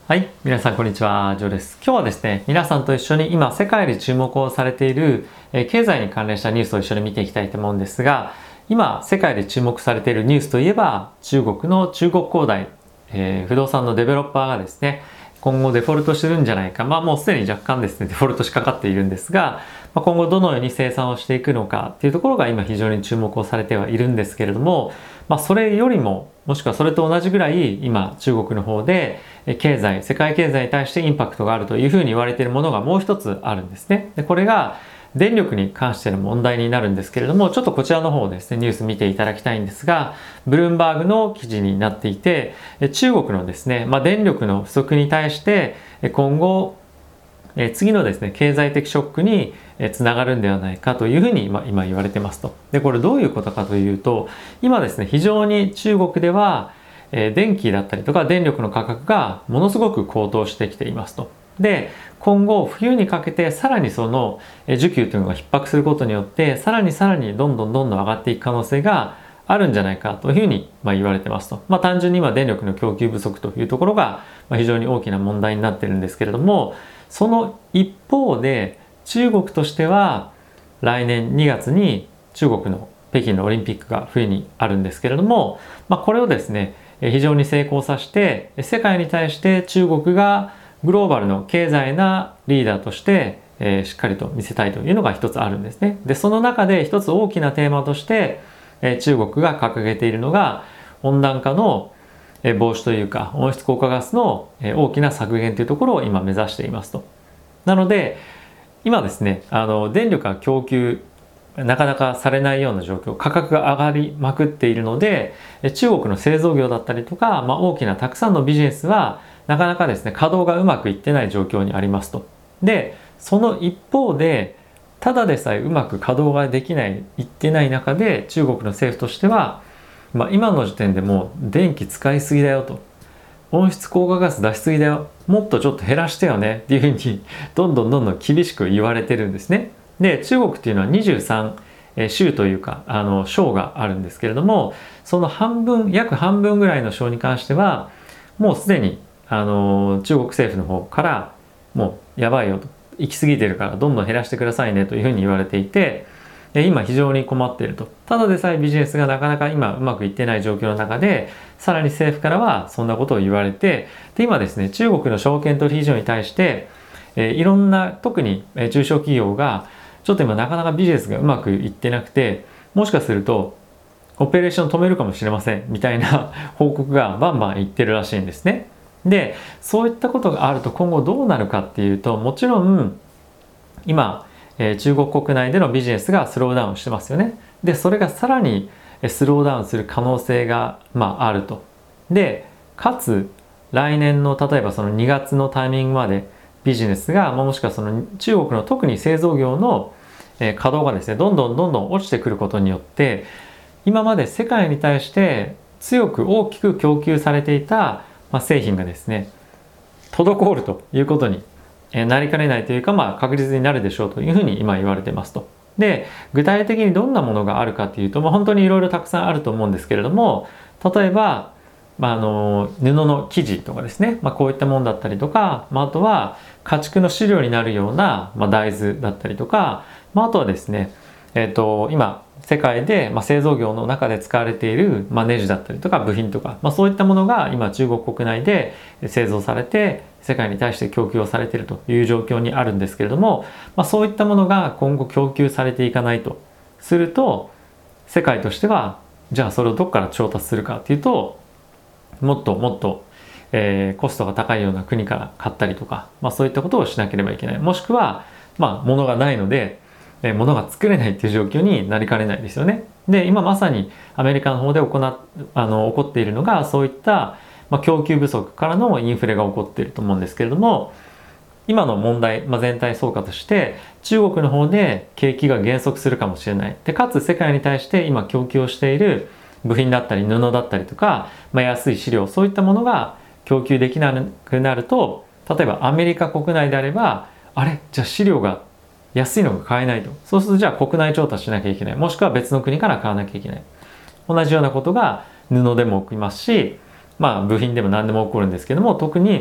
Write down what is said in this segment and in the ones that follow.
はい、皆さんこんにちは、ジョーです。今日はですね、皆さんと一緒に今世界で注目をされている経済に関連したニュースを一緒に見ていきたいと思うんですが、今世界で注目されているニュースといえば、中国の中国恒大、不動産のデベロッパーがですね、今後デフォルトするんじゃないか、もうすでに若干ですね、デフォルトしかかっているんですが、今後どのように生産をしていくのかっていうところが今非常に注目をされてはいるんですけれども、それよりも、もしくはそれと同じぐらい今中国の方で世界経済に対してインパクトがあるというふうに言われているものがもう一つあるんですね。でこれが電力に関しての問題になるんですけれども、ちょっとこちらの方をですね、ニュース見ていただきたいんですが、ブルームバーグの記事になっていて、中国のですね、電力の不足に対して今後次のですね、経済的ショックにつながるんではないかというふうに今言われてますと。で、これどういうことかというと、今ですね、非常に中国では電気だったりとか電力の価格がものすごく高騰してきていますと。で、今後冬にかけてさらにその需給というのが逼迫することによって、さらにどんどん上がっていく可能性があるんじゃないかというふうに言われてますと。単純に今電力の供給不足というところが非常に大きな問題になっているんですけれども、その一方で中国としては来年2月に中国の北京のオリンピックが冬にあるんですけれども、これをですね非常に成功させて世界に対して中国がグローバルの経済なリーダーとしてしっかりと見せたいというのが一つあるんですね。でその中で一つ大きなテーマとして中国が掲げているのが温暖化の防止というか温室効果ガスの大きな削減というところを今目指していますと。なので今ですね電力が供給なかなかされないような状況、価格が上がりまくっているので中国の製造業だったりとか、大きなたくさんのビジネスはなかなかですね稼働がうまくいってない状況にありますと。でその一方でただでさえうまく稼働ができないいってない中で中国の政府としては今の時点でもう電気使いすぎだよと、温室効果ガス出しすぎだよ、もっとちょっと減らしてよねっていうふうにどんどん厳しく言われてるんですね。で中国っていうのは23州というか省があるんですけれども、その約半分ぐらいの省に関してはもうすでに中国政府の方からもうやばいよと、行き過ぎてるからどんどん減らしてくださいねというふうに言われていて、今非常に困っていると。ただでさえビジネスがなかなか今うまくいってない状況の中で、さらに政府からはそんなことを言われて、で今ですね中国の証券取引所に対していろんな特に中小企業がちょっと今なかなかビジネスがうまくいってなくて、もしかするとオペレーション止めるかもしれませんみたいな報告がバンバン言ってるらしいんですね。でそういったことがあると今後どうなるかっていうと、もちろん今中国国内でのビジネスがスローダウンしてますよね。でそれがさらにスローダウンする可能性があると。でかつ来年の例えばその2月のタイミングまでビジネスが、もしくはその中国の特に製造業の稼働がですねどんどん落ちてくることによって、今まで世界に対して強く大きく供給されていた製品がですね滞るということになりかねないというか、確実になるでしょうというふうに今言われてますと。で具体的にどんなものがあるかというと、本当にいろいろたくさんあると思うんですけれども、例えば、布の生地とかですね、こういったものだったりとか、あとは家畜の飼料になるような、大豆だったりとか、あとはですね、今世界で、製造業の中で使われている、ネジだったりとか部品とか、そういったものが今中国国内で製造されて世界に対して供給をされているという状況にあるんですけれども、そういったものが今後供給されていかないとすると、世界としてはじゃあそれをどこから調達するかっていうと、もっとコストが高いような国から買ったりとか、そういったことをしなければいけない。もしくは物がないので物が作れないっていう状況になりかねないですよね。で今まさにアメリカの方で起こっているのがそういった、供給不足からのインフレが起こっていると思うんですけれども、今の問題、全体総括して中国の方で景気が減速するかもしれない。でかつ世界に対して今供給をしている部品だったり布だったりとか、安い飼料、そういったものが供給できなくなると、例えばアメリカ国内であればじゃあ飼料が安いのが買えないと。そうするとじゃあ国内調達しなきゃいけない。もしくは別の国から買わなきゃいけない。同じようなことが布でも起きますし、部品でも何でも起こるんですけども、特に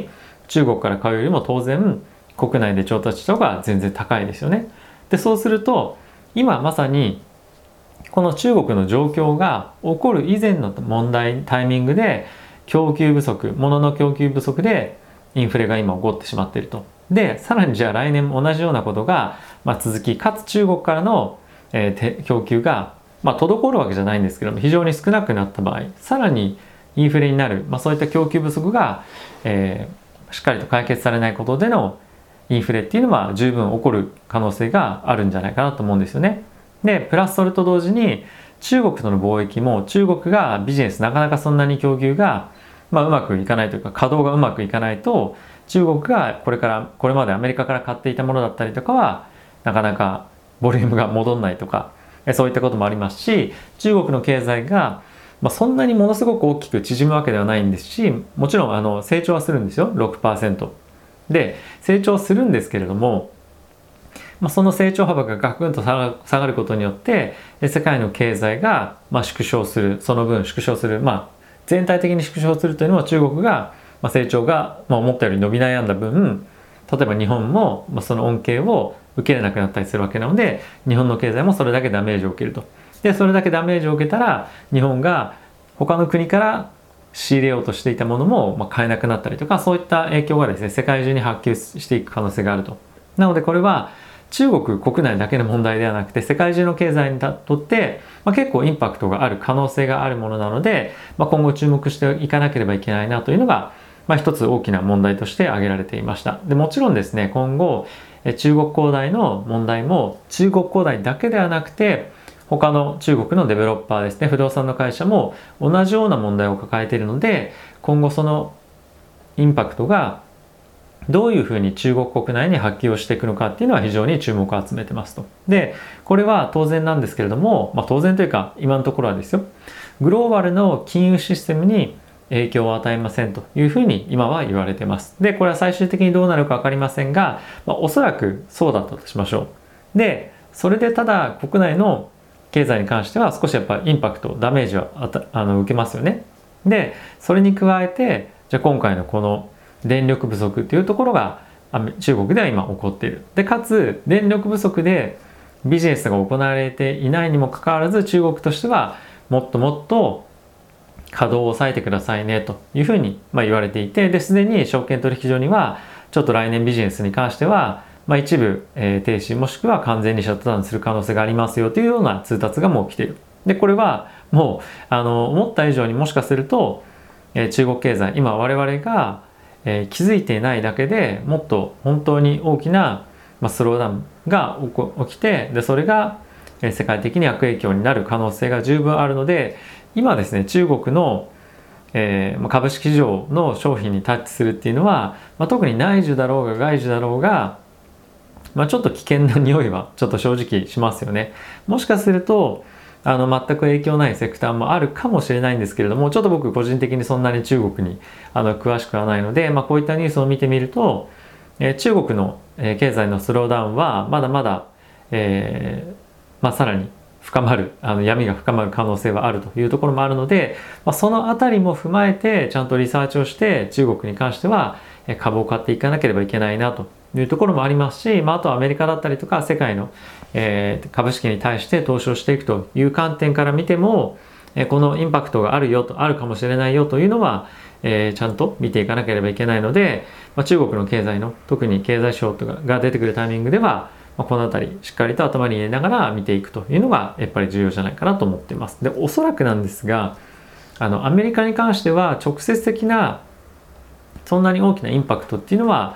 中国から買うよりも当然国内で調達した方が全然高いですよね。でそうすると今まさにこの中国の状況が起こる以前の問題タイミングで供給不足、物の供給不足でインフレが今起こってしまっていると。でさらにじゃあ来年も同じようなことが続き、かつ中国からの供給が滞るわけじゃないんですけども非常に少なくなった場合、さらにインフレになる、そういった供給不足が、しっかりと解決されないことでのインフレっていうのは十分起こる可能性があるんじゃないかなと思うんですよね。でプラスそれと同時に中国との貿易も中国がビジネスなかなかそんなに供給が、うまくいかないというか稼働がうまくいかないと中国がこれまでアメリカから買っていたものだったりとかはなかなかボリュームが戻んないとかそういったこともありますし、中国の経済がそんなにものすごく大きく縮むわけではないんですし、もちろん成長はするんですよ。 6% で成長するんですけれども、その成長幅がガクンと下がることによって世界の経済が縮小する、その分縮小する、全体的に縮小するというのは中国が成長が思ったより伸び悩んだ分、例えば日本もその恩恵を受けれなくなったりするわけなので、日本の経済もそれだけダメージを受けると。でそれだけダメージを受けたら日本が他の国から仕入れようとしていたものも買えなくなったりとか、そういった影響がですね世界中に波及していく可能性があると。なのでこれは中国国内だけの問題ではなくて世界中の経済にとって、結構インパクトがある可能性があるものなので、今後注目していかなければいけないなというのが、一つ大きな問題として挙げられていました。でもちろんですね、今後中国恒大の問題も中国恒大だけではなくて他の中国のデベロッパーですね、不動産の会社も同じような問題を抱えているので、今後そのインパクトがどういうふうに中国国内に波及をしていくのかっていうのは非常に注目を集めてますと。でこれは当然なんですけれども、当然というか今のところはですよ、グローバルの金融システムに影響を与えませんというふうに今は言われてます。でこれは最終的にどうなるか分かりませんが、おそらくそうだったとしましょう。でそれでただ国内の経済に関しては少しやっぱりインパクトダメージは受けますよね。でそれに加えてじゃあ今回のこの電力不足っていうところが中国では今起こっている。でかつ電力不足でビジネスが行われていないにもかかわらず中国としてはもっともっと稼働を抑えてくださいねというふうに言われていて、ですでに証券取引所にはちょっと来年ビジネスに関しては一部停止もしくは完全にシャットダウンする可能性がありますよというような通達がもう来ている。でこれはもう思った以上にもしかすると中国経済今我々が気づいていないだけでもっと本当に大きなスローダウンが起きて、でそれが世界的に悪影響になる可能性が十分あるので、今ですね中国の株式市場の商品にタッチするっていうのは、特に内需だろうが外需だろうが、ちょっと危険な匂いはちょっと正直しますよね。もしかすると全く影響ないセクターもあるかもしれないんですけれども、ちょっと僕個人的にそんなに中国に詳しくはないので、こういったニュースを見てみると、中国の経済のスローダウンはまだまだ、さらに深まる闇が深まる可能性はあるというところもあるので、そのあたりも踏まえてちゃんとリサーチをして中国に関しては株を買っていかなければいけないなというところもありますし、あとはアメリカだったりとか世界の株式に対して投資をしていくという観点から見ても、このインパクトがあるかもしれないよというのは、ちゃんと見ていかなければいけないので、中国の経済の特に経済指標が出てくるタイミングでは、このあたりしっかりと頭に入れながら見ていくというのがやっぱり重要じゃないかなと思っています。でおそらくなんですがアメリカに関しては直接的なそんなに大きなインパクトっていうのは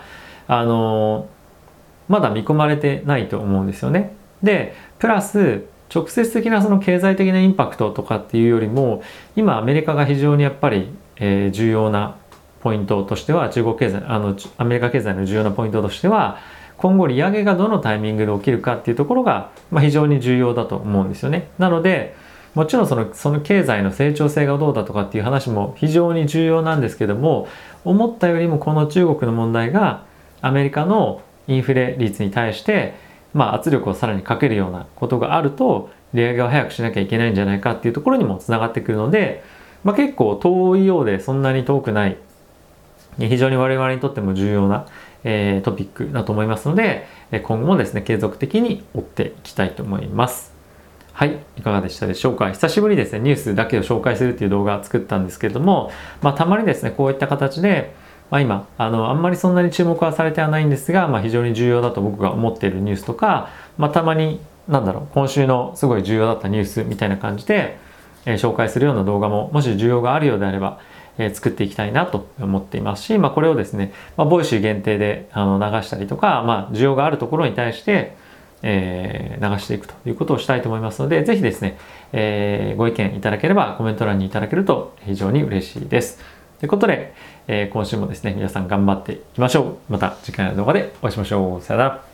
まだ見込まれてないと思うんですよね。でプラス直接的なその経済的なインパクトとかっていうよりも、今アメリカが非常にやっぱり、重要なポイントとしては中国経済アメリカ経済の重要なポイントとしては、今後利上げがどのタイミングで起きるかっていうところが、非常に重要だと思うんですよね。なのでもちろんその経済の成長性がどうだとかっていう話も非常に重要なんですけども、思ったよりもこの中国の問題がアメリカのインフレ率に対して圧力をさらにかけるようなことがあると、利上げを早くしなきゃいけないんじゃないかっていうところにもつながってくるので、結構遠いようでそんなに遠くない非常に我々にとっても重要な、トピックだと思いますので、今後もですね、継続的に追っていきたいと思います。はい、いかがでしたでしょうか。久しぶりですね、ニュースだけを紹介するっていう動画を作ったんですけれども、たまにですね、こういった形で、今、あんまりそんなに注目はされてはないんですが、非常に重要だと僕が思っているニュースとか、たまに、今週のすごい重要だったニュースみたいな感じで、紹介するような動画も、もし需要があるようであれば、作っていきたいなと思っていますし、これをですね、ボイシー限定で流したりとか、需要があるところに対して、流していくということをしたいと思いますので、ぜひですね、ご意見いただければコメント欄にいただけると非常に嬉しいです。ということで、今週もですね、皆さん頑張っていきましょう。また次回の動画でお会いしましょう。さよなら。